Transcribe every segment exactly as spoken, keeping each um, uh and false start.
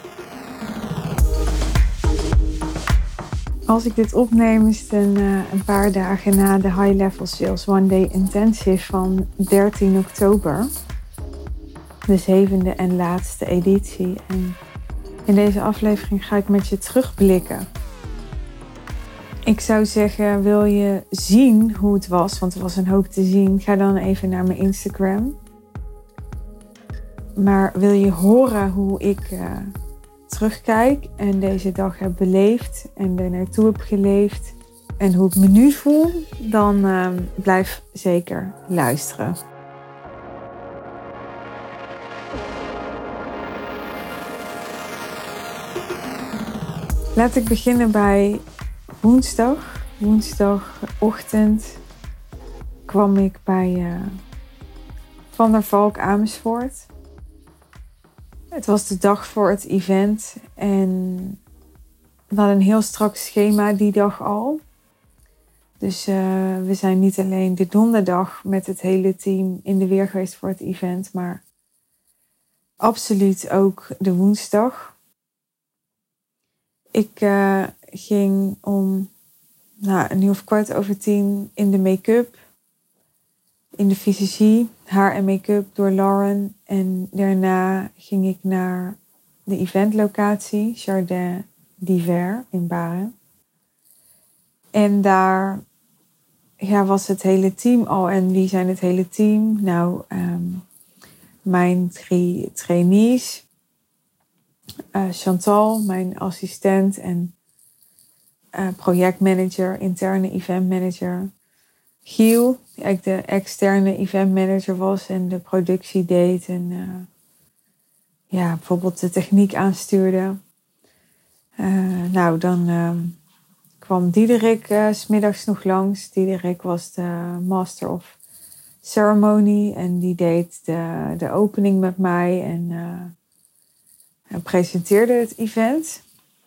Als ik dit opneem is het een, uh, een paar dagen na de High Level Sales One Day Intensive van dertien oktober. De zevende en laatste editie. En in deze aflevering ga ik met je terugblikken. Ik zou zeggen, wil je zien hoe het was, want er was een hoop te zien, ga dan even naar mijn Instagram. Maar wil je horen hoe ik uh, terugkijk en deze dag heb beleefd en er naartoe heb geleefd en hoe ik me nu voel, dan uh, blijf zeker luisteren. Laat ik beginnen bij woensdag. Woensdagochtend kwam ik bij uh, Van der Valk Amersfoort. Het was de dag voor het event en we hadden een heel strak schema die dag al. Dus uh, we zijn niet alleen de donderdag met het hele team in de weer geweest voor het event, maar absoluut ook de woensdag. Ik uh, ging om nou, een uur of kwart over tien in de make-up, in de fysiologie, haar en make-up door Lauren. En daarna ging ik naar de eventlocatie, Jardin d'Hiver in Baren. En daar ja, was het hele team al. En wie zijn het hele team? Nou, um, mijn drie trainees. Uh, Chantal, mijn assistent en uh, projectmanager, interne eventmanager. Giel, die eigenlijk de externe eventmanager was en de productie deed. En uh, ja, bijvoorbeeld de techniek aanstuurde. Uh, nou, dan uh, kwam Diederik uh, 's middags nog langs. Diederik was de Master of Ceremony en die deed de, de opening met mij en uh, hij presenteerde het event.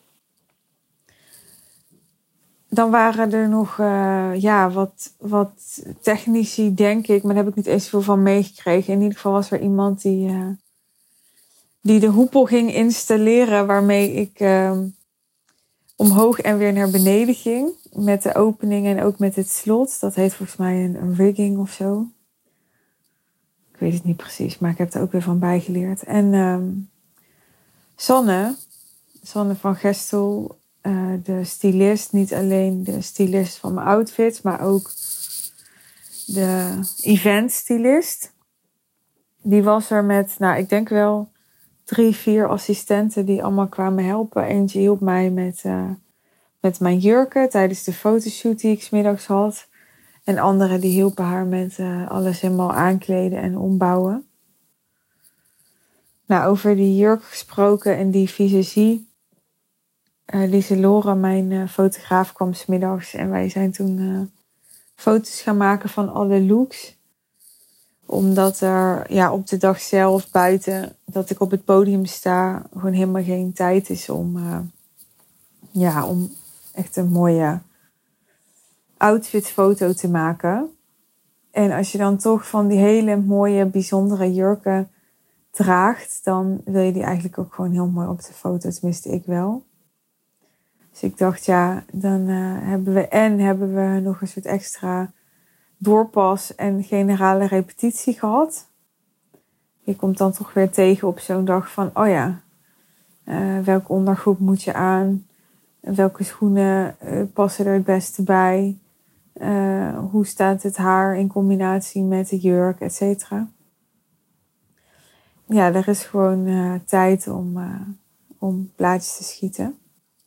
Dan waren er nog uh, ja, wat, wat technici, denk ik. Maar daar heb ik niet eens veel van meegekregen. In ieder geval was er iemand die, uh, die de hoepel ging installeren. Waarmee ik uh, omhoog en weer naar beneden ging. Met de opening en ook met het slot. Dat heet volgens mij een, een rigging of zo. Ik weet het niet precies, maar ik heb er ook weer van bijgeleerd. En uh, Sanne, Sanne van Gestel... Uh, de stylist, niet alleen de stylist van mijn outfits, maar ook de event stylist. Die was er met, nou ik denk wel drie, vier assistenten die allemaal kwamen helpen. Eentje hielp mij met, uh, met mijn jurken tijdens de fotoshoot die ik 's middags had. En andere die hielpen haar met uh, alles helemaal aankleden en ombouwen. Nou, over die jurk gesproken en die visagie. Uh, Lieselore, mijn uh, fotograaf, kwam 's middags en wij zijn toen uh, foto's gaan maken van alle looks. Omdat er ja, op de dag zelf buiten dat ik op het podium sta gewoon helemaal geen tijd is om, uh, ja, om echt een mooie outfitfoto te maken. En als je dan toch van die hele mooie, bijzondere jurken draagt, dan wil je die eigenlijk ook gewoon heel mooi op de foto, tenminste ik wel. Dus ik dacht, ja, dan uh, hebben we en hebben we nog een soort extra doorpas en generale repetitie gehad. Je komt dan toch weer tegen op zo'n dag van, oh ja, uh, welke ondergoed moet je aan? Welke schoenen uh, passen er het beste bij? Uh, hoe staat het haar in combinatie met de jurk, et cetera. Ja, er is gewoon uh, tijd om, uh, om plaatjes te schieten.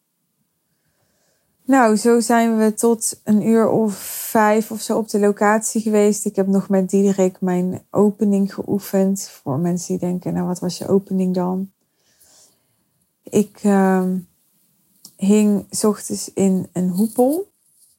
Nou, zo zijn we tot een uur of vijf of zo op de locatie geweest. Ik heb nog met Diederik mijn opening geoefend. Voor mensen die denken, nou wat was je opening dan? Ik uh, hing 's ochtends in een hoepel.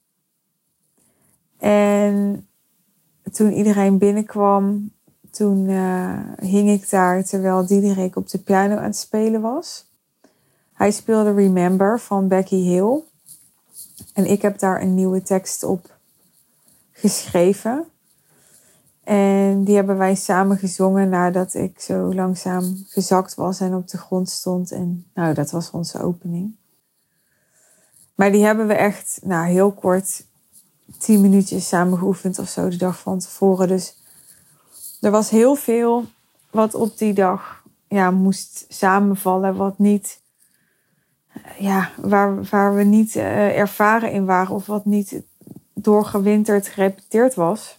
En toen iedereen binnenkwam, toen uh, hing ik daar terwijl Diederik op de piano aan het spelen was. Hij speelde Remember van Becky Hill. En ik heb daar een nieuwe tekst op geschreven. En die hebben wij samen gezongen nadat ik zo langzaam gezakt was en op de grond stond. En nou, dat was onze opening. Maar die hebben we echt nou, heel kort, tien minuutjes samen geoefend of zo de dag van tevoren. Dus er was heel veel wat op die dag ja, moest samenvallen. Wat niet, ja, waar, waar we niet uh, ervaren in waren of wat niet doorgewinterd gerepeteerd was.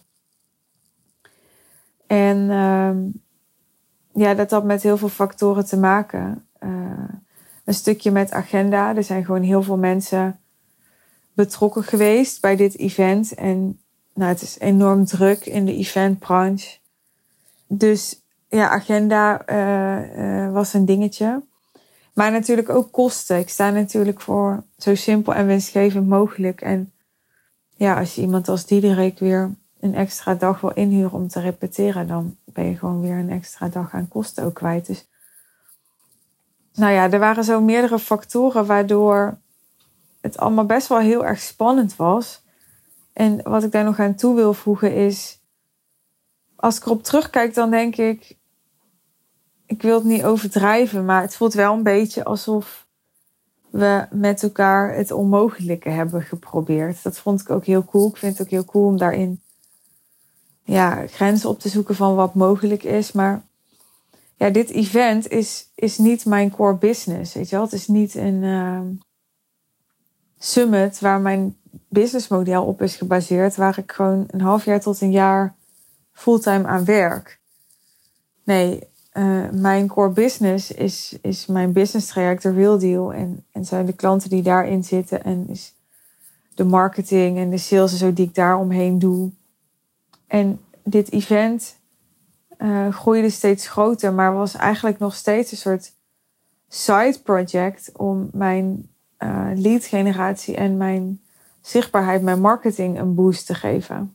En uh, ja, dat had met heel veel factoren te maken. Uh, een stukje met agenda. Er zijn gewoon heel veel mensen betrokken geweest bij dit event. En nou, het is enorm druk in de eventbranche. Dus ja, agenda uh, uh, was een dingetje. Maar natuurlijk ook kosten. Ik sta natuurlijk voor zo simpel en winstgevend mogelijk. En ja, als je iemand als Diederik weer een extra dag wil inhuren om te repeteren, dan ben je gewoon weer een extra dag aan kosten ook kwijt. Dus nou ja, er waren zo meerdere factoren waardoor het allemaal best wel heel erg spannend was. En wat ik daar nog aan toe wil voegen is, als ik erop terugkijk, dan denk ik, ik wil het niet overdrijven, maar het voelt wel een beetje alsof we met elkaar het onmogelijke hebben geprobeerd. Dat vond ik ook heel cool. Ik vind het ook heel cool om daarin ja, grenzen op te zoeken van wat mogelijk is. Maar ja, dit event is, is niet mijn core business. Weet je wel? Het is niet een uh, summit waar mijn businessmodel op is gebaseerd, waar ik gewoon een half jaar tot een jaar fulltime aan werk. Nee, uh, mijn core business is, is mijn business traject, de Real Deal. En, en zijn de klanten die daarin zitten. En is de marketing en de sales en zo die ik daar omheen doe. En dit event uh, groeide steeds groter, maar was eigenlijk nog steeds een soort side project om mijn uh, lead generatie en mijn zichtbaarheid, mijn marketing een boost te geven.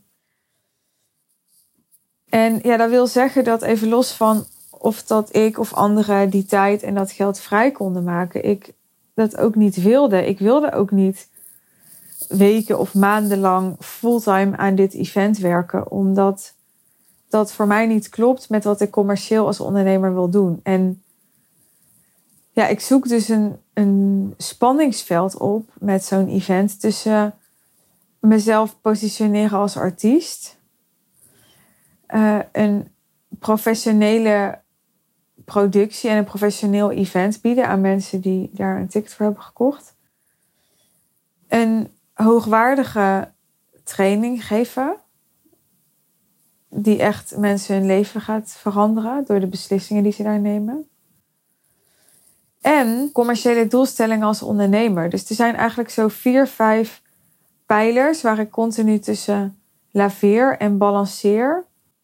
En ja, dat wil zeggen dat even los van of dat ik of anderen die tijd en dat geld vrij konden maken, ik dat ook niet wilde. Ik wilde ook niet weken of maanden lang fulltime aan dit event werken, omdat dat voor mij niet klopt met wat ik commercieel als ondernemer wil doen. En ja, ik zoek dus een, een spanningsveld op met zo'n event tussen mezelf positioneren als artiest, uh, een professionele productie en een professioneel event bieden aan mensen die daar een ticket voor hebben gekocht, een hoogwaardige training geven die echt mensen hun leven gaat veranderen door de beslissingen die ze daar nemen. En commerciële doelstellingen als ondernemer. Dus er zijn eigenlijk zo vier, vijf pijlers waar ik continu tussen laveer en balanceer.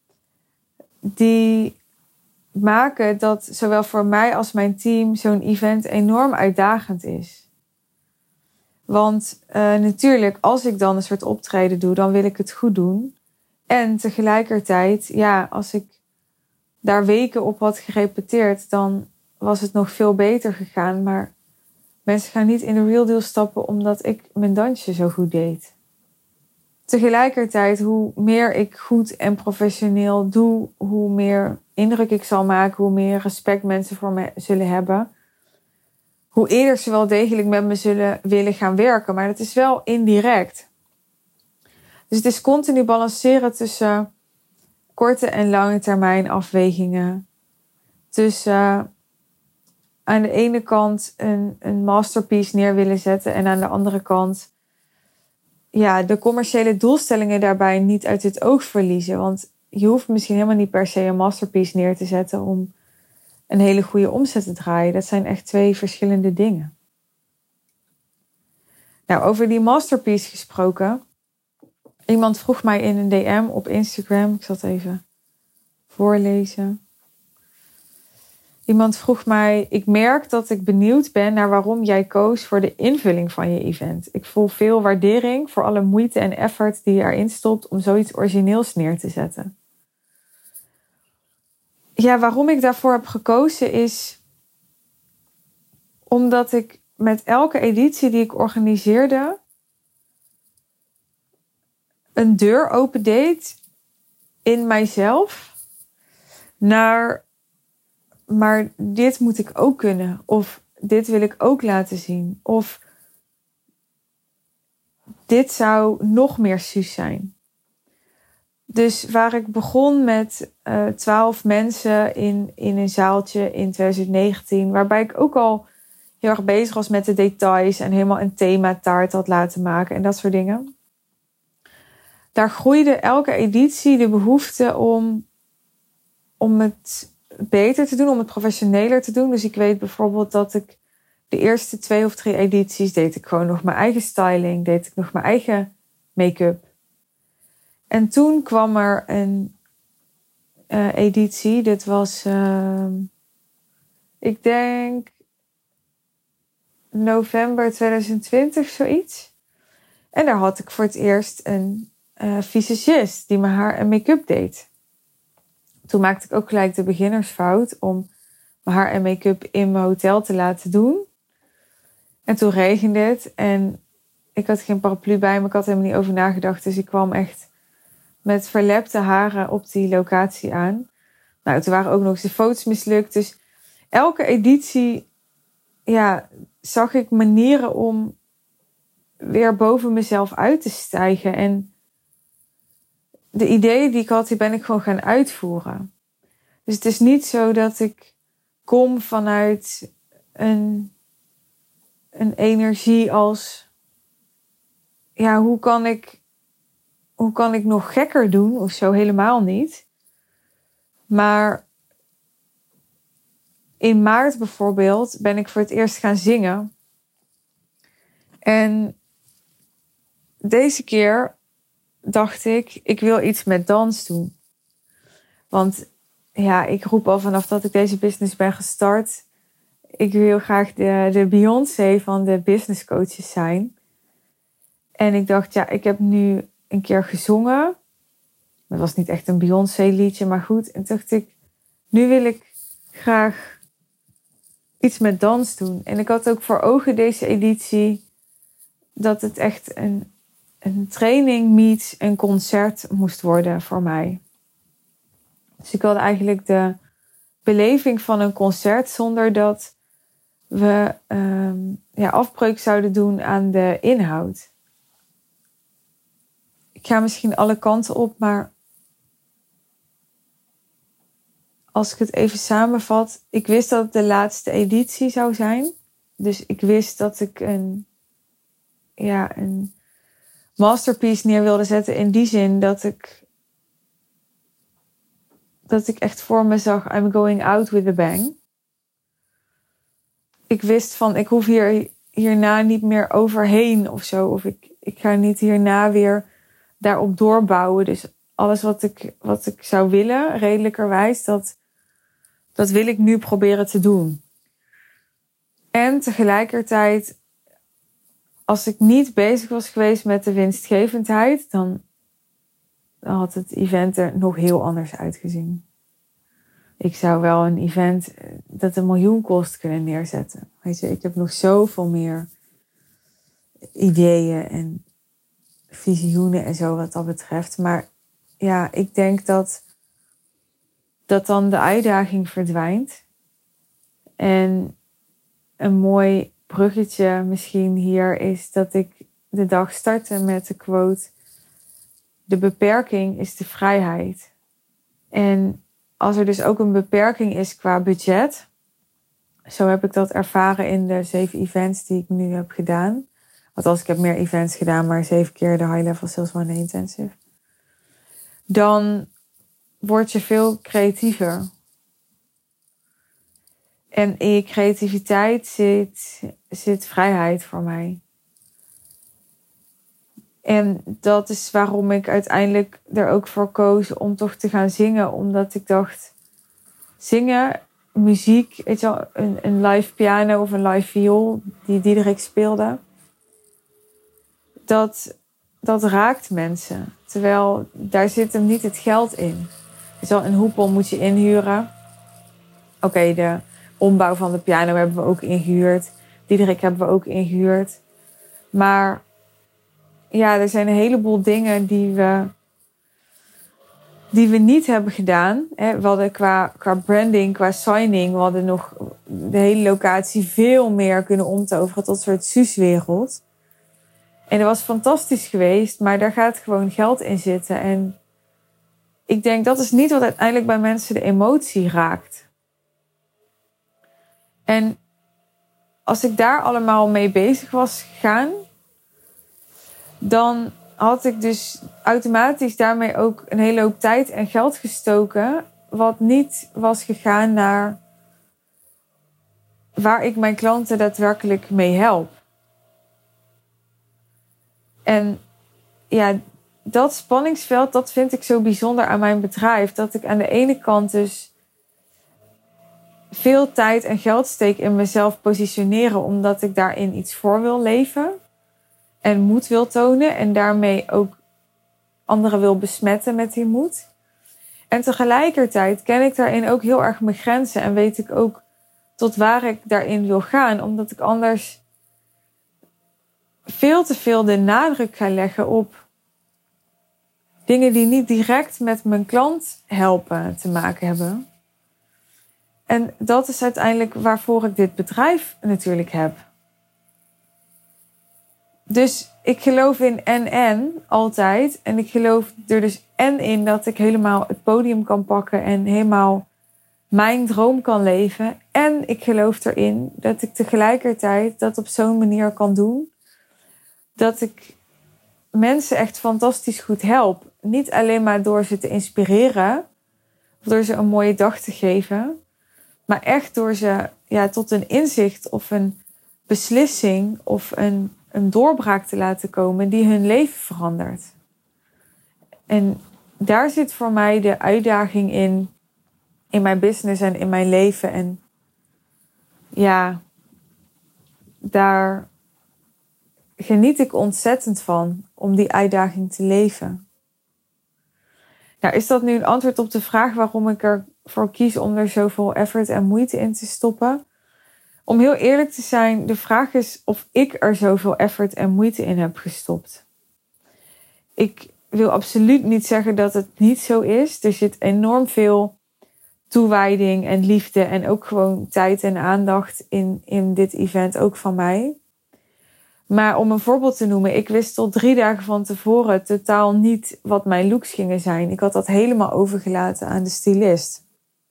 Die maken dat zowel voor mij als mijn team zo'n event enorm uitdagend is. Want uh, natuurlijk, als ik dan een soort optreden doe, dan wil ik het goed doen. En tegelijkertijd, ja, als ik daar weken op had gerepeteerd, dan was het nog veel beter gegaan. Maar mensen gaan niet in de Real Deal stappen omdat ik mijn dansje zo goed deed. Tegelijkertijd, hoe meer ik goed en professioneel doe, hoe meer indruk ik zal maken, hoe meer respect mensen voor me zullen hebben. Hoe eerder ze wel degelijk met me zullen willen gaan werken. Maar dat is wel indirect. Dus het is continu balanceren tussen korte en lange termijn afwegingen. Tussen uh, aan de ene kant een, een masterpiece neer willen zetten en aan de andere kant ja, de commerciële doelstellingen daarbij niet uit het oog verliezen. Want je hoeft misschien helemaal niet per se een masterpiece neer te zetten om een hele goede omzet te draaien. Dat zijn echt twee verschillende dingen. Nou, over die masterpiece gesproken. Iemand vroeg mij in een D M op Instagram. Ik zal het even voorlezen. Iemand vroeg mij, ik merk dat ik benieuwd ben naar waarom jij koos voor de invulling van je event. Ik voel veel waardering voor alle moeite en effort die je erin stopt om zoiets origineels neer te zetten. Ja, waarom ik daarvoor heb gekozen is omdat ik met elke editie die ik organiseerde een deur opendeed in mijzelf naar, maar dit moet ik ook kunnen. Of dit wil ik ook laten zien. Of dit zou nog meer Suus zijn. Dus waar ik begon met uh, twaalf mensen in, in een zaaltje in twintig negentien... waarbij ik ook al heel erg bezig was met de details en helemaal een themataart had laten maken en dat soort dingen. Daar groeide elke editie de behoefte om, om het beter te doen, om het professioneler te doen. Dus ik weet bijvoorbeeld dat ik de eerste twee of drie edities deed ik gewoon nog mijn eigen styling, deed ik nog mijn eigen make-up. En toen kwam er een uh, editie, dit was, uh, ik denk november twintig twintig, zoiets. En daar had ik voor het eerst een uh, visagist die mijn haar en make-up deed. Toen maakte ik ook gelijk de beginnersfout om mijn haar en make-up in mijn hotel te laten doen. En toen regende het en ik had geen paraplu bij me, ik had helemaal niet over nagedacht. Dus ik kwam echt met verlepte haren op die locatie aan. Nou, toen waren ook nog eens de foto's mislukt. Dus elke editie, ja, zag ik manieren om weer boven mezelf uit te stijgen. En de ideeën die ik had, die ben ik gewoon gaan uitvoeren. Dus het is niet zo dat ik kom vanuit een, een energie als, ja, hoe kan ik, hoe kan ik nog gekker doen of zo? Helemaal niet. Maar in maart bijvoorbeeld ben ik voor het eerst gaan zingen. En deze keer dacht ik, ik wil iets met dans doen. Want ja, ik roep al vanaf dat ik deze business ben gestart. Ik wil graag de, de Beyoncé van de business coaches zijn. En ik dacht, ja, ik heb nu een keer gezongen. Het was niet echt een Beyoncé liedje, maar goed. En toen dacht ik, nu wil ik graag iets met dans doen. En ik had ook voor ogen deze editie dat het echt een, een training meets een concert moest worden voor mij. Dus ik wilde eigenlijk de beleving van een concert zonder dat we um, ja, afbreuk zouden doen aan de inhoud. Ik ga misschien alle kanten op, maar als ik het even samenvat, ik wist dat het de laatste editie zou zijn. Dus ik wist dat ik een, ja, een masterpiece neer wilde zetten in die zin dat ik, dat ik echt voor me zag, I'm going out with a bang. Ik wist van, ik hoef hier, hierna niet meer overheen of zo. Of ik, ik ga niet hierna weer daarop doorbouwen. Dus alles wat ik, wat ik zou willen, redelijkerwijs, dat, dat wil ik nu proberen te doen. En tegelijkertijd, als ik niet bezig was geweest met de winstgevendheid, dan, dan had het event er nog heel anders uitgezien. Ik zou wel een event dat een miljoen kost kunnen neerzetten. Weet je, ik heb nog zoveel meer ideeën en visioenen en zo wat dat betreft. Maar ja, ik denk dat, dat dan de uitdaging verdwijnt. En een mooi bruggetje misschien hier is dat ik de dag startte met de quote: de beperking is de vrijheid. En als er dus ook een beperking is qua budget, zo heb ik dat ervaren in de zeven events die ik nu heb gedaan. Althans, ik heb meer events gedaan, maar zeven keer de High Level Sales One Intensive. Dan word je veel creatiever. En in je creativiteit zit, zit vrijheid voor mij. En dat is waarom ik uiteindelijk er ook voor koos om toch te gaan zingen. Omdat ik dacht, zingen, muziek, weet je wel, een, een live piano of een live viool die Diederik speelde. Dat, dat raakt mensen. Terwijl daar zit hem niet het geld in. Weet je wel, een hoepel moet je inhuren. Oké, okay, de ombouw van de piano hebben we ook ingehuurd. Diederik hebben we ook ingehuurd. Maar ja, er zijn een heleboel dingen die we die we niet hebben gedaan. Hè, we hadden qua, qua branding, qua signing, we hadden nog de hele locatie veel meer kunnen omtoveren tot een soort Suus-wereld. En dat was fantastisch geweest, maar daar gaat gewoon geld in zitten. En ik denk dat is niet wat uiteindelijk bij mensen de emotie raakt. En als ik daar allemaal mee bezig was gegaan, dan had ik dus automatisch daarmee ook een hele hoop tijd en geld gestoken, wat niet was gegaan naar waar ik mijn klanten daadwerkelijk mee help. En ja, dat spanningsveld, dat vind ik zo bijzonder aan mijn bedrijf. Dat ik aan de ene kant dus veel tijd en geld steek in mezelf positioneren, omdat ik daarin iets voor wil leven en moed wil tonen en daarmee ook anderen wil besmetten met die moed. En tegelijkertijd ken ik daarin ook heel erg mijn grenzen en weet ik ook tot waar ik daarin wil gaan, omdat ik anders veel te veel de nadruk ga leggen op dingen die niet direct met mijn klant helpen te maken hebben. En dat is uiteindelijk waarvoor ik dit bedrijf natuurlijk heb. Dus ik geloof in en-en altijd. En ik geloof er dus en in dat ik helemaal het podium kan pakken en helemaal mijn droom kan leven. En ik geloof erin dat ik tegelijkertijd dat op zo'n manier kan doen dat ik mensen echt fantastisch goed help. Niet alleen maar door ze te inspireren of door ze een mooie dag te geven, maar echt door ze ja, tot een inzicht of een beslissing of een, een doorbraak te laten komen die hun leven verandert. En daar zit voor mij de uitdaging in, in mijn business en in mijn leven. En ja, daar geniet ik ontzettend van om die uitdaging te leven. Nou, is dat nu een antwoord op de vraag waarom ik ervoor kies om er zoveel effort en moeite in te stoppen? Om heel eerlijk te zijn, de vraag is of ik er zoveel effort en moeite in heb gestopt. Ik wil absoluut niet zeggen dat het niet zo is. Er zit enorm veel toewijding en liefde en ook gewoon tijd en aandacht in, in dit event, ook van mij. Maar om een voorbeeld te noemen, ik wist tot drie dagen van tevoren totaal niet wat mijn looks gingen zijn. Ik had dat helemaal overgelaten aan de stylist.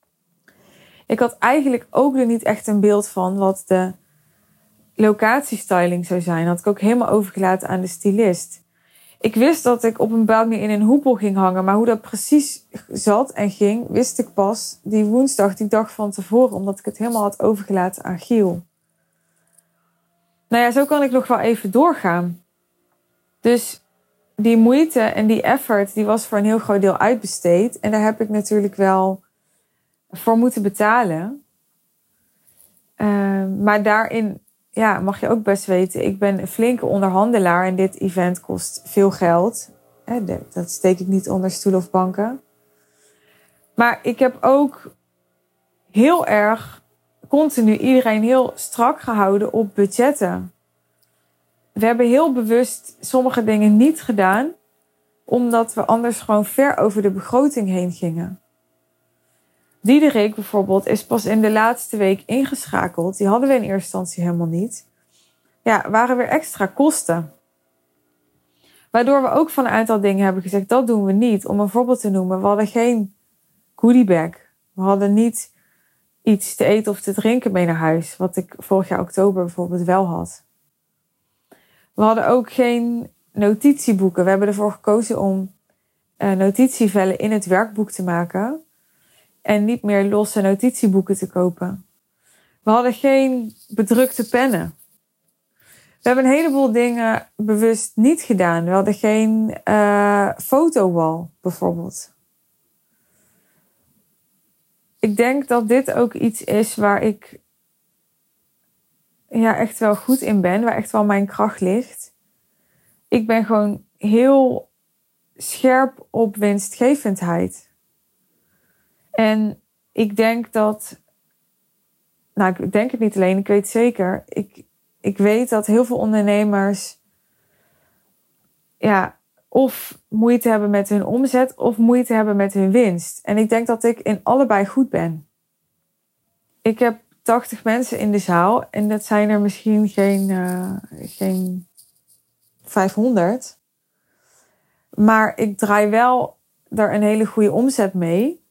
Ik had eigenlijk ook er niet echt een beeld van wat de locatiestyling zou zijn. Dat had ik ook helemaal overgelaten aan de stylist. Ik wist dat ik op een bepaalde manier in een hoepel ging hangen, maar hoe dat precies zat en ging, wist ik pas die woensdag, die dag van tevoren, omdat ik het helemaal had overgelaten aan Giel. Nou ja, zo kan ik nog wel even doorgaan. Dus die moeite en die effort, die was voor een heel groot deel uitbesteed. En daar heb ik natuurlijk wel voor moeten betalen. Uh, maar daarin ja, mag je ook best weten, ik ben een flinke onderhandelaar en dit event kost veel geld. Hè, dat steek ik niet onder stoelen of banken. Maar ik heb ook heel erg continu iedereen heel strak gehouden op budgetten. We hebben heel bewust sommige dingen niet gedaan, omdat we anders gewoon ver over de begroting heen gingen. Diederik bijvoorbeeld is pas in de laatste week ingeschakeld. Die hadden we in eerste instantie helemaal niet. Ja, waren weer extra kosten. Waardoor we ook van een aantal dingen hebben gezegd, dat doen we niet. Om een voorbeeld te noemen, we hadden geen goodiebag. We hadden niet iets te eten of te drinken mee naar huis. Wat ik vorig jaar oktober bijvoorbeeld wel had. We hadden ook geen notitieboeken. We hebben ervoor gekozen om uh, notitievellen in het werkboek te maken. En niet meer losse notitieboeken te kopen. We hadden geen bedrukte pennen. We hebben een heleboel dingen bewust niet gedaan. We hadden geen uh, fotowall bijvoorbeeld. Ik denk dat dit ook iets is waar ik ja, echt wel goed in ben. Waar echt wel mijn kracht ligt. Ik ben gewoon heel scherp op winstgevendheid. En ik denk dat, nou ik denk het niet alleen, ik weet zeker. Ik, ik weet dat heel veel ondernemers ja, of moeite hebben met hun omzet of moeite hebben met hun winst. En ik denk dat ik in allebei goed ben. Ik heb tachtig mensen in de zaal en dat zijn er misschien geen, uh, geen vijfhonderd. Maar ik draai wel daar een hele goede omzet mee.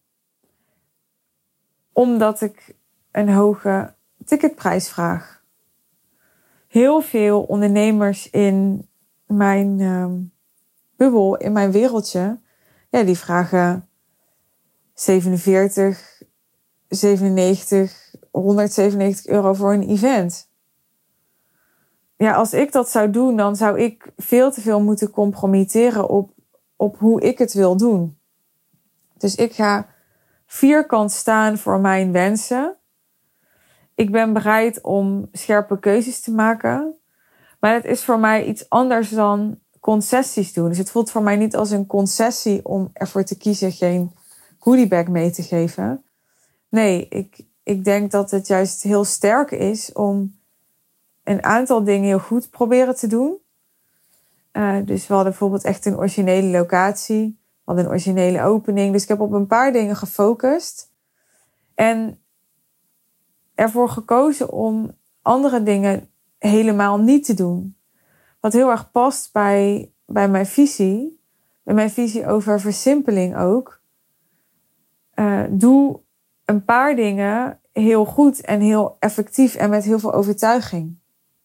Omdat ik een hoge ticketprijs vraag. Heel veel ondernemers in mijn uh, bubbel, in mijn wereldje, ja, die vragen zevenenveertig, zevenennegentig, honderdzevenennegentig euro voor een event. Ja, als ik dat zou doen, dan zou ik veel te veel moeten compromitteren op, op hoe ik het wil doen. Dus ik ga vierkant staan voor mijn wensen. Ik ben bereid om scherpe keuzes te maken. Maar het is voor mij iets anders dan concessies doen. Dus het voelt voor mij niet als een concessie om ervoor te kiezen geen goodiebag mee te geven. Nee, ik, ik denk dat het juist heel sterk is om een aantal dingen heel goed proberen te doen. Uh, dus we hadden bijvoorbeeld echt een originele locatie. We hadden een originele opening. Dus ik heb op een paar dingen gefocust. En ervoor gekozen om andere dingen helemaal niet te doen. Wat heel erg past bij, bij mijn visie. Bij mijn visie over versimpeling ook. Uh, doe een paar dingen heel goed en heel effectief en met heel veel overtuiging.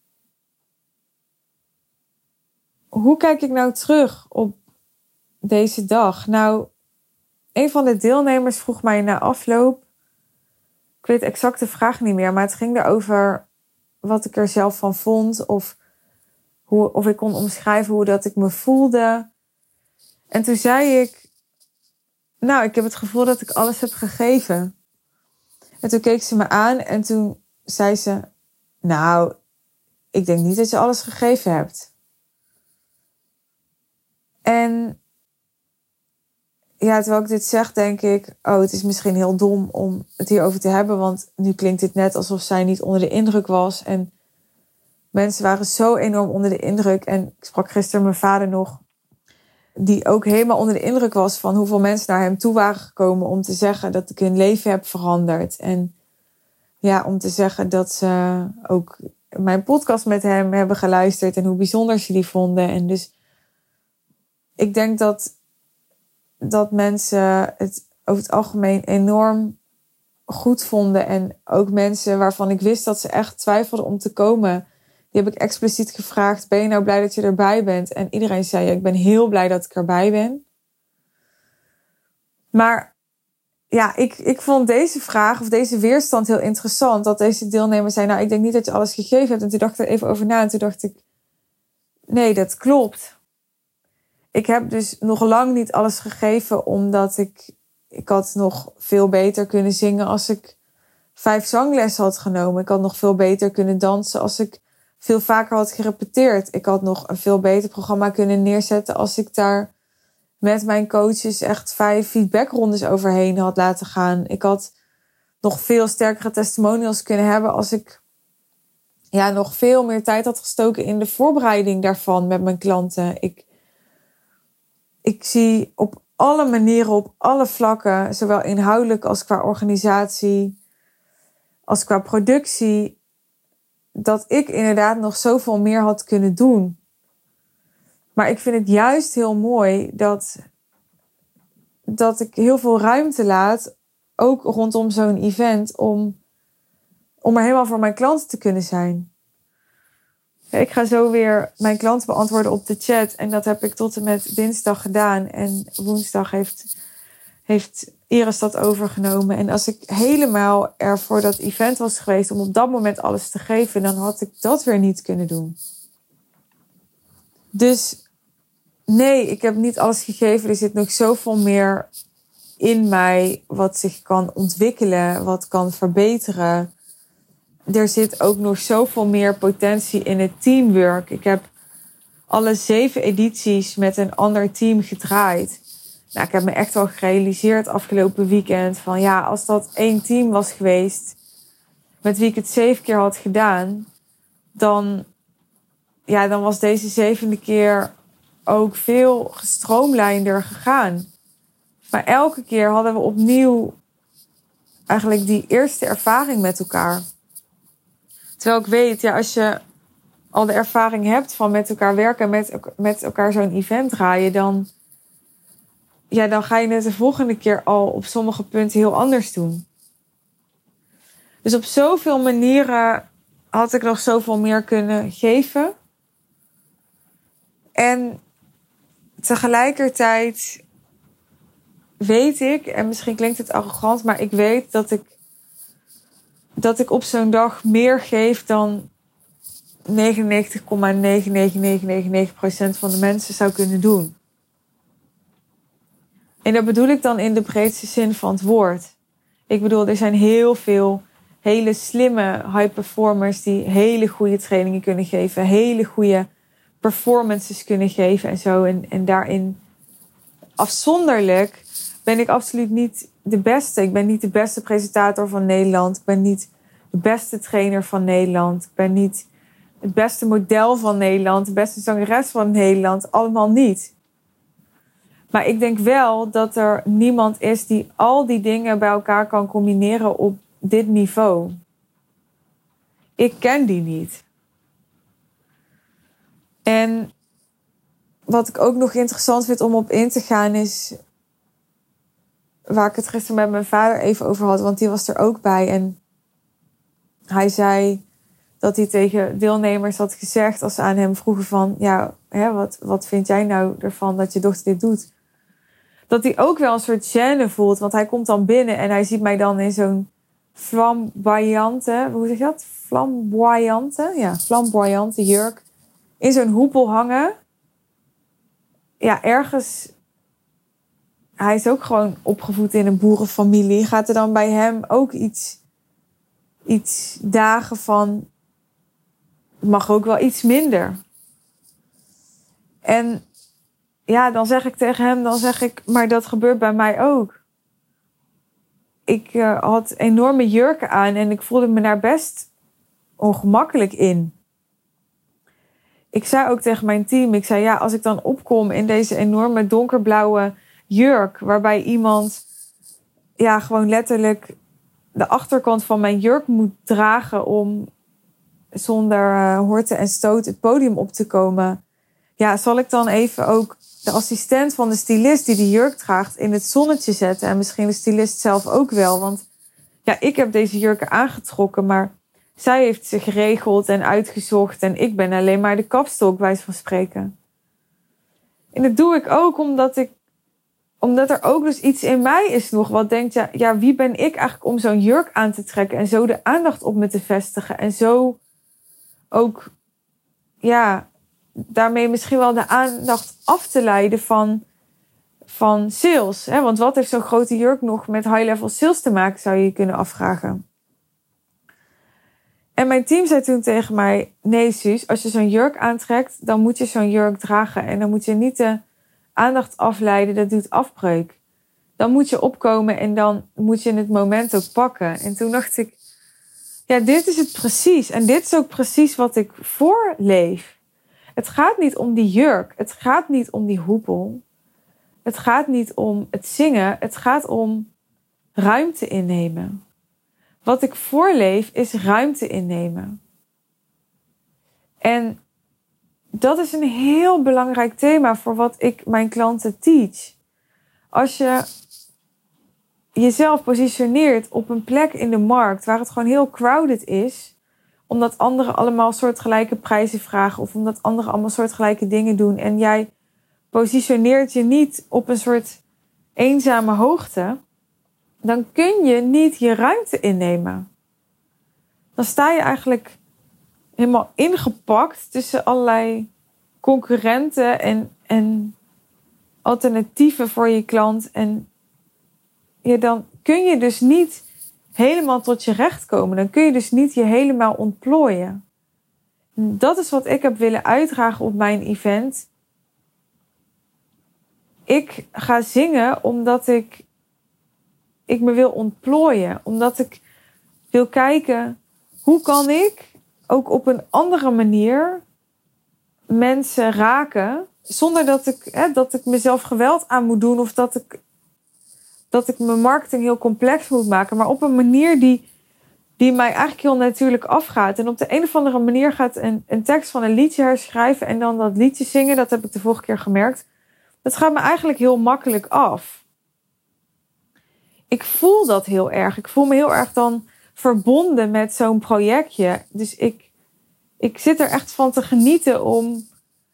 Hoe kijk ik nou terug op deze dag? Nou, een van de deelnemers vroeg mij na afloop. Ik weet exact de vraag niet meer, maar het ging erover wat ik er zelf van vond. Of, hoe, of ik kon omschrijven hoe dat ik me voelde. En toen zei ik, nou, ik heb het gevoel dat ik alles heb gegeven. En toen keek ze me aan en toen zei ze, nou, ik denk niet dat je alles gegeven hebt. En ja, terwijl ik dit zeg, denk ik, oh, het is misschien heel dom om het hierover te hebben, want nu klinkt dit net alsof zij niet onder de indruk was. En mensen waren zo enorm onder de indruk. En ik sprak gisteren mijn vader nog, die ook helemaal onder de indruk was van hoeveel mensen naar hem toe waren gekomen om te zeggen dat ik hun leven heb veranderd. En ja, om te zeggen dat ze ook mijn podcast met hem hebben geluisterd en hoe bijzonder ze die vonden. En dus ik denk dat, dat mensen het over het algemeen enorm goed vonden. En ook mensen waarvan ik wist dat ze echt twijfelden om te komen. Die heb ik expliciet gevraagd, ben je nou blij dat je erbij bent? En iedereen zei, ja, ik ben heel blij dat ik erbij ben. Maar ja, ik, ik vond deze vraag of deze weerstand heel interessant. Dat deze deelnemer zei, nou, ik denk niet dat je alles gegeven hebt. En toen dacht ik er even over na en toen dacht ik, nee, dat klopt. Ik heb dus nog lang niet alles gegeven, omdat ik... Ik had nog veel beter kunnen zingen als ik vijf zanglessen had genomen. Ik had nog veel beter kunnen dansen als ik veel vaker had gerepeteerd. Ik had nog een veel beter programma kunnen neerzetten als ik daar met mijn coaches echt vijf feedbackrondes overheen had laten gaan. Ik had nog veel sterkere testimonials kunnen hebben als ik ja, nog veel meer tijd had gestoken in de voorbereiding daarvan met mijn klanten. Ik, ik zie op alle manieren, op alle vlakken, zowel inhoudelijk als qua organisatie, als qua productie, dat ik inderdaad nog zoveel meer had kunnen doen. Maar ik vind het juist heel mooi dat, dat ik heel veel ruimte laat, ook rondom zo'n event, om, om er helemaal voor mijn klanten te kunnen zijn. Ik ga zo weer mijn klanten beantwoorden op de chat. En dat heb ik tot en met dinsdag gedaan. En woensdag heeft, heeft Iris dat overgenomen. En als ik helemaal er voor dat event was geweest om op dat moment alles te geven, dan had ik dat weer niet kunnen doen. Dus nee, ik heb niet alles gegeven. Er zit nog zoveel meer in mij wat zich kan ontwikkelen, wat kan verbeteren. Er zit ook nog zoveel meer potentie in het teamwork. Ik heb alle zeven edities met een ander team gedraaid. Nou, ik heb me echt wel gerealiseerd afgelopen weekend van ja, als dat één team was geweest met wie ik het zeven keer had gedaan, dan, ja, dan was deze zevende keer ook veel gestroomlijnder gegaan. Maar elke keer hadden we opnieuw eigenlijk die eerste ervaring met elkaar. Terwijl ik weet, ja, als je al de ervaring hebt van met elkaar werken, met, met elkaar zo'n event draaien, dan, ja, dan ga je het de volgende keer al op sommige punten heel anders doen. Dus op zoveel manieren had ik nog zoveel meer kunnen geven. En tegelijkertijd weet ik, en misschien klinkt het arrogant, maar ik weet dat ik, dat ik op zo'n dag meer geef dan negenennegentig komma negen negen negen negen negen procent van de mensen zou kunnen doen. En dat bedoel ik dan in de breedste zin van het woord. Ik bedoel, er zijn heel veel hele slimme high performers die hele goede trainingen kunnen geven, hele goede performances kunnen geven en zo. En, en daarin afzonderlijk ben ik absoluut niet de beste. Ik ben niet de beste presentator van Nederland. Ik ben niet de beste trainer van Nederland. Ik ben niet het beste model van Nederland. De beste zangeres van Nederland. Allemaal niet. Maar ik denk wel dat er niemand is die al die dingen bij elkaar kan combineren op dit niveau. Ik ken die niet. En wat ik ook nog interessant vind om op in te gaan is, waar ik het gisteren met mijn vader even over had, want die was er ook bij. En hij zei dat hij tegen deelnemers had gezegd, als ze aan hem vroegen van, ja, hè, wat, wat vind jij nou ervan dat je dochter dit doet? Dat hij ook wel een soort gêne voelt, want hij komt dan binnen en hij ziet mij dan in zo'n flamboyante, hoe zeg je dat? Flamboyante, ja, flamboyante jurk, in zo'n hoepel hangen. Ja, ergens, hij is ook gewoon opgevoed in een boerenfamilie. Gaat er dan bij hem ook iets, iets dagen van, het mag ook wel iets minder. En ja, dan zeg ik tegen hem, dan zeg ik, maar dat gebeurt bij mij ook. Ik uh, had enorme jurken aan en ik voelde me daar best ongemakkelijk in. Ik zei ook tegen mijn team, ik zei, ja, als ik dan opkom in deze enorme donkerblauwe jurk, waarbij iemand, ja, gewoon letterlijk de achterkant van mijn jurk moet dragen om zonder uh, horten en stoot het podium op te komen. Ja, zal ik dan even ook de assistent van de stylist die die jurk draagt in het zonnetje zetten? En misschien de stylist zelf ook wel. Want ja, ik heb deze jurken aangetrokken, maar zij heeft ze geregeld en uitgezocht. En ik ben alleen maar de kapstok, wijs van spreken. En dat doe ik ook omdat ik omdat er ook dus iets in mij is nog wat denkt, ja, ja, wie ben ik eigenlijk om zo'n jurk aan te trekken en zo de aandacht op me te vestigen en zo ook, ja, daarmee misschien wel de aandacht af te leiden van, van sales. Hè? Want wat heeft zo'n grote jurk nog met high-level sales te maken, zou je je kunnen afvragen. En mijn team zei toen tegen mij, nee Suus, als je zo'n jurk aantrekt, dan moet je zo'n jurk dragen. En dan moet je niet de aandacht afleiden, dat doet afbreuk. Dan moet je opkomen en dan moet je het moment ook pakken. En toen dacht ik, ja, dit is het precies. En dit is ook precies wat ik voorleef. Het gaat niet om die jurk. Het gaat niet om die hoepel. Het gaat niet om het zingen. Het gaat om ruimte innemen. Wat ik voorleef is ruimte innemen. En dat is een heel belangrijk thema voor wat ik mijn klanten teach. Als je jezelf positioneert op een plek in de markt waar het gewoon heel crowded is, omdat anderen allemaal soortgelijke prijzen vragen of omdat anderen allemaal soortgelijke dingen doen en jij positioneert je niet op een soort eenzame hoogte, dan kun je niet je ruimte innemen. Dan sta je eigenlijk helemaal ingepakt tussen allerlei concurrenten en, en alternatieven voor je klant. En ja, dan kun je dus niet helemaal tot je recht komen. Dan kun je dus niet je helemaal ontplooien. Dat is wat ik heb willen uitdragen op mijn event. Ik ga zingen omdat ik, ik me wil ontplooien. Omdat ik wil kijken, hoe kan ik ook op een andere manier mensen raken zonder dat ik, hè, dat ik mezelf geweld aan moet doen of dat ik, dat ik mijn marketing heel complex moet maken. Maar op een manier die, die mij eigenlijk heel natuurlijk afgaat. En op de een of andere manier gaat een, een tekst van een liedje herschrijven en dan dat liedje zingen. Dat heb ik de vorige keer gemerkt. Dat gaat me eigenlijk heel makkelijk af. Ik voel dat heel erg. Ik voel me heel erg dan verbonden met zo'n projectje. Dus ik, ik zit er echt van te genieten om,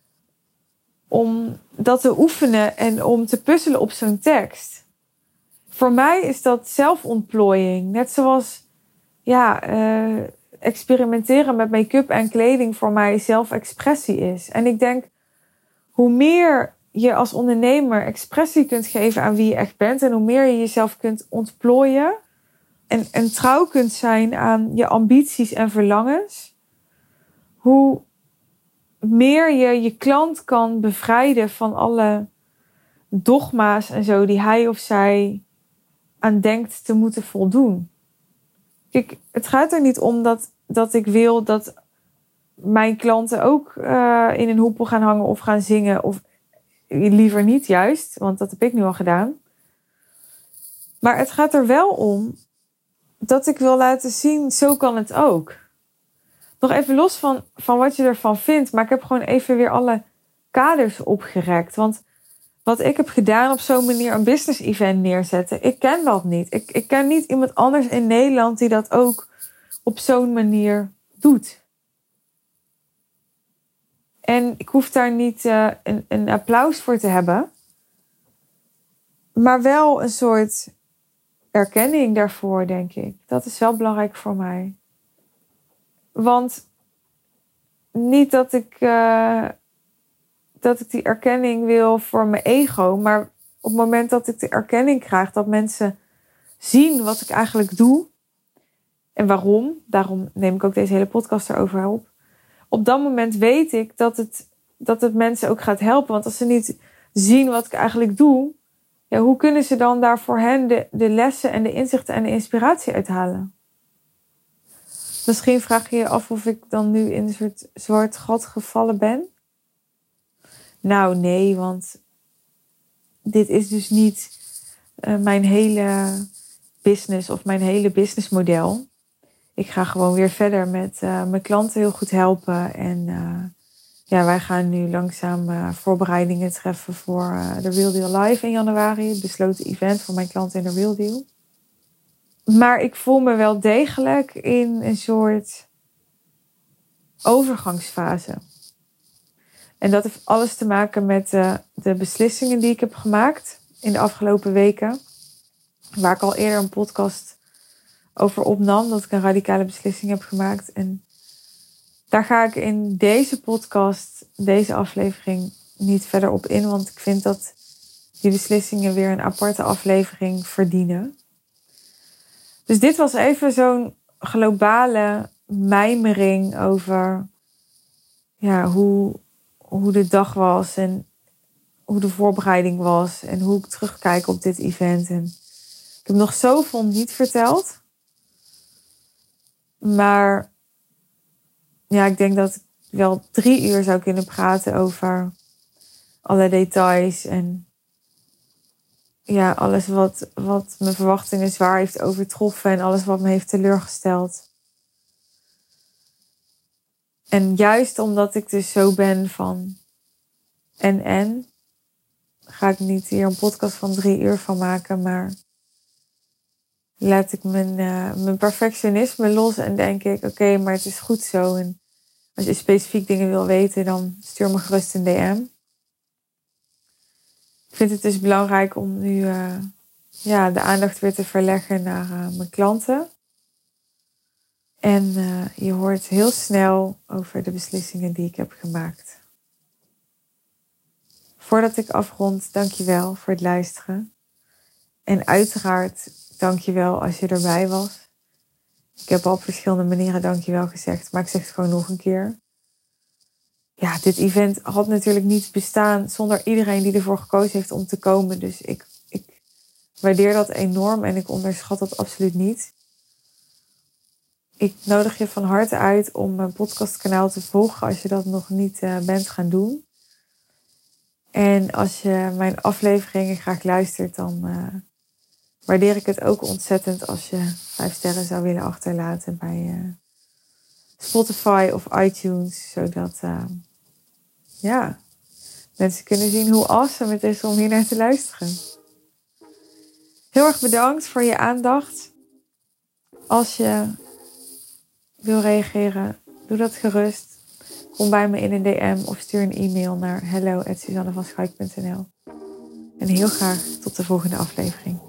om dat te oefenen en om te puzzelen op zo'n tekst. Voor mij is dat zelfontplooiing. Net zoals ja, uh, experimenteren met make-up en kleding voor mij zelfexpressie is. En ik denk, hoe meer je als ondernemer expressie kunt geven aan wie je echt bent en hoe meer je jezelf kunt ontplooien en, en trouw kunt zijn aan je ambities en verlangens, hoe meer je je klant kan bevrijden van alle dogma's en zo die hij of zij aan denkt te moeten voldoen. Kijk, het gaat er niet om dat, dat ik wil dat mijn klanten ook uh, in een hoepel gaan hangen of gaan zingen. Of liever niet juist, want dat heb ik nu al gedaan. Maar het gaat er wel om dat ik wil laten zien, zo kan het ook. Nog even los van, van wat je ervan vindt, maar ik heb gewoon even weer alle kaders opgerekt. Want wat ik heb gedaan op zo'n manier een business event neerzetten, ik ken dat niet. Ik, ik ken niet iemand anders in Nederland die dat ook op zo'n manier doet. En ik hoef daar niet uh, een, een applaus voor te hebben. Maar wel een soort erkenning daarvoor, denk ik. Dat is wel belangrijk voor mij. Want niet dat ik, uh, dat ik die erkenning wil voor mijn ego. Maar op het moment dat ik de erkenning krijg, dat mensen zien wat ik eigenlijk doe. En waarom. Daarom neem ik ook deze hele podcast erover op. Op dat moment weet ik dat het, dat het mensen ook gaat helpen. Want als ze niet zien wat ik eigenlijk doe, ja, hoe kunnen ze dan daar voor hen de, de lessen en de inzichten en de inspiratie uithalen? Misschien vraag je je af of ik dan nu in een soort zwart gat gevallen ben. Nou, nee, want dit is dus niet uh, mijn hele business of mijn hele businessmodel. Ik ga gewoon weer verder met uh, mijn klanten heel goed helpen. En uh, ja, wij gaan nu langzaam uh, voorbereidingen treffen voor uh, de Real Deal Live in januari. Het besloten event voor mijn klanten in de Real Deal. Maar ik voel me wel degelijk in een soort overgangsfase. En dat heeft alles te maken met uh, de beslissingen die ik heb gemaakt in de afgelopen weken. Waar ik al eerder een podcast over opnam, dat ik een radicale beslissing heb gemaakt. En daar ga ik in deze podcast, deze aflevering, niet verder op in. Want ik vind dat die beslissingen weer een aparte aflevering verdienen. Dus dit was even zo'n globale mijmering over ja, hoe, hoe de dag was en hoe de voorbereiding was en hoe ik terugkijk op dit event. En ik heb nog zoveel niet verteld. Maar ja, ik denk dat ik wel drie uur zou kunnen praten over alle details en ja, alles wat, wat mijn verwachtingen zwaar heeft overtroffen en alles wat me heeft teleurgesteld. En juist omdat ik dus zo ben van en en, ga ik niet hier een podcast van drie uur van maken, maar laat ik mijn, uh, mijn perfectionisme los en denk ik, oké, okay, maar het is goed zo. En als je specifiek dingen wil weten, dan stuur me gerust een D M. Ik vind het dus belangrijk om nu uh, ja, de aandacht weer te verleggen naar uh, mijn klanten. En uh, je hoort heel snel over de beslissingen die ik heb gemaakt. Voordat ik afrond, dank je wel voor het luisteren. En uiteraard dank je wel als je erbij was. Ik heb al op verschillende manieren dank je wel gezegd, maar ik zeg het gewoon nog een keer. Ja, dit event had natuurlijk niet bestaan zonder iedereen die ervoor gekozen heeft om te komen. Dus ik, ik waardeer dat enorm en ik onderschat dat absoluut niet. Ik nodig je van harte uit om mijn podcastkanaal te volgen als je dat nog niet uh, bent gaan doen. En als je mijn afleveringen graag luistert, dan uh, waardeer ik het ook ontzettend als je vijf sterren zou willen achterlaten bij uh, Spotify of iTunes. Zodat uh, ja, mensen kunnen zien hoe awesome het is om hier naar te luisteren. Heel erg bedankt voor je aandacht. Als je wil reageren, doe dat gerust. Kom bij me in een D M of stuur een e-mail naar hello at suzannevanschaik punt n l. En heel graag tot de volgende aflevering.